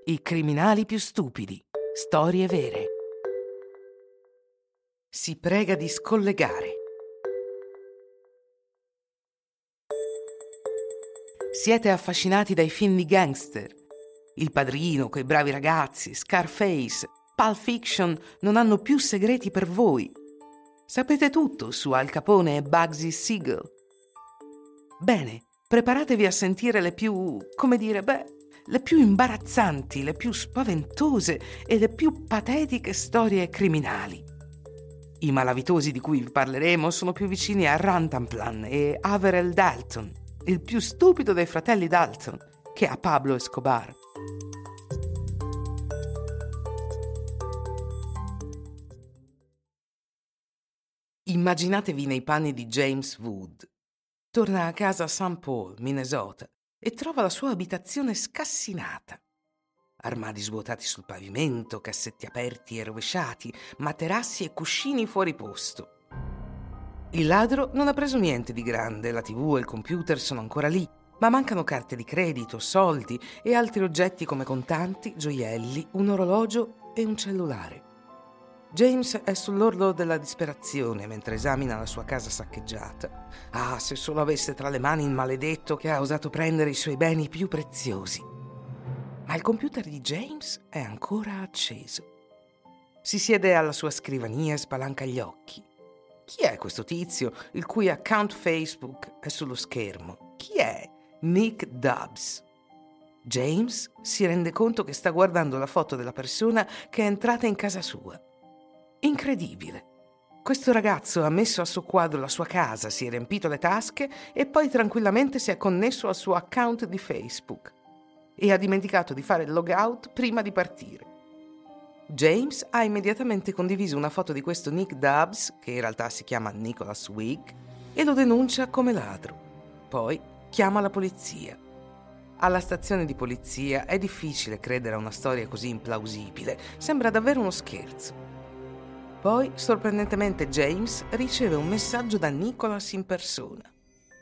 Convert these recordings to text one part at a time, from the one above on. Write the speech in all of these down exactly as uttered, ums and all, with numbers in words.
I criminali più stupidi. Storie vere. Si prega di scollegare. Siete affascinati dai film di gangster? Il Padrino, Quei bravi ragazzi, Scarface, Pulp Fiction non hanno più segreti per voi. Sapete tutto su Al Capone e Bugsy Siegel. Bene, preparatevi a sentire le più, come dire, beh, le più imbarazzanti, le più spaventose e le più patetiche storie criminali. I malavitosi di cui vi parleremo sono più vicini a Rantanplan e Averell Dalton, il più stupido dei fratelli Dalton, che a Pablo Escobar. Immaginatevi nei panni di James Wood. Torna a casa a Saint Paul, Minnesota, e trova la sua abitazione scassinata. Armadi svuotati sul pavimento, cassetti aperti e rovesciati, materassi e cuscini fuori posto. Il ladro non ha preso niente di grande, la tivù e il computer sono ancora lì, ma mancano carte di credito, soldi e altri oggetti come contanti, gioielli, un orologio e un cellulare. James è sull'orlo della disperazione mentre esamina la sua casa saccheggiata. Ah, se solo avesse tra le mani il maledetto che ha osato prendere i suoi beni più preziosi. Ma il computer di James è ancora acceso. Si siede alla sua scrivania e spalanca gli occhi. Chi è questo tizio il cui account Facebook è sullo schermo? Chi è Nick Dubs? James si rende conto che sta guardando la foto della persona che è entrata in casa sua. Incredibile. Questo ragazzo ha messo a soqquadro la sua casa, si è riempito le tasche e poi tranquillamente si è connesso al suo account di Facebook e ha dimenticato di fare il logout prima di partire. James ha immediatamente condiviso una foto di questo Nick Dubs, che in realtà si chiama Nicholas Wigg, e lo denuncia come ladro. Poi chiama la polizia. Alla stazione di polizia è difficile credere a una storia così implausibile, sembra davvero uno scherzo. Poi, sorprendentemente, James riceve un messaggio da Nicholas in persona.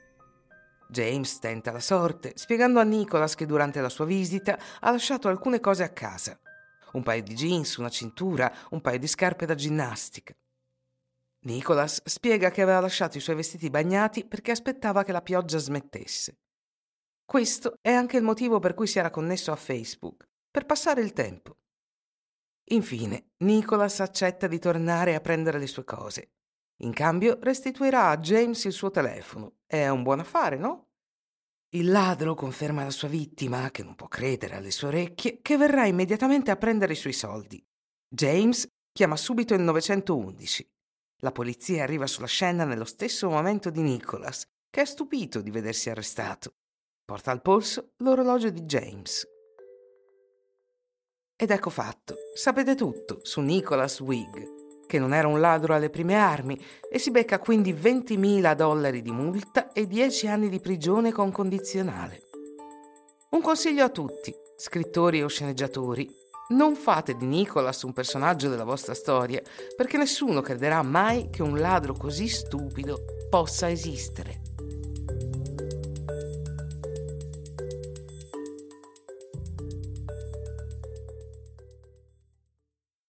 James tenta la sorte, spiegando a Nicholas che durante la sua visita ha lasciato alcune cose a casa. Un paio di jeans, una cintura, un paio di scarpe da ginnastica. Nicholas spiega che aveva lasciato i suoi vestiti bagnati perché aspettava che la pioggia smettesse. Questo è anche il motivo per cui si era connesso a Facebook, per passare il tempo. Infine, Nicholas accetta di tornare a prendere le sue cose. In cambio, restituirà a James il suo telefono. È un buon affare, no? Il ladro conferma alla sua vittima, che non può credere alle sue orecchie, che verrà immediatamente a prendere i suoi soldi. James chiama subito il nove uno uno. La polizia arriva sulla scena nello stesso momento di Nicholas, che è stupito di vedersi arrestato. Porta al polso l'orologio di James. Ed ecco fatto, sapete tutto su Nicholas Wigg, che non era un ladro alle prime armi e si becca quindi ventimila dollari di multa e dieci anni di prigione con condizionale. Un consiglio a tutti, scrittori o sceneggiatori: non fate di Nicholas un personaggio della vostra storia, perché nessuno crederà mai che un ladro così stupido possa esistere.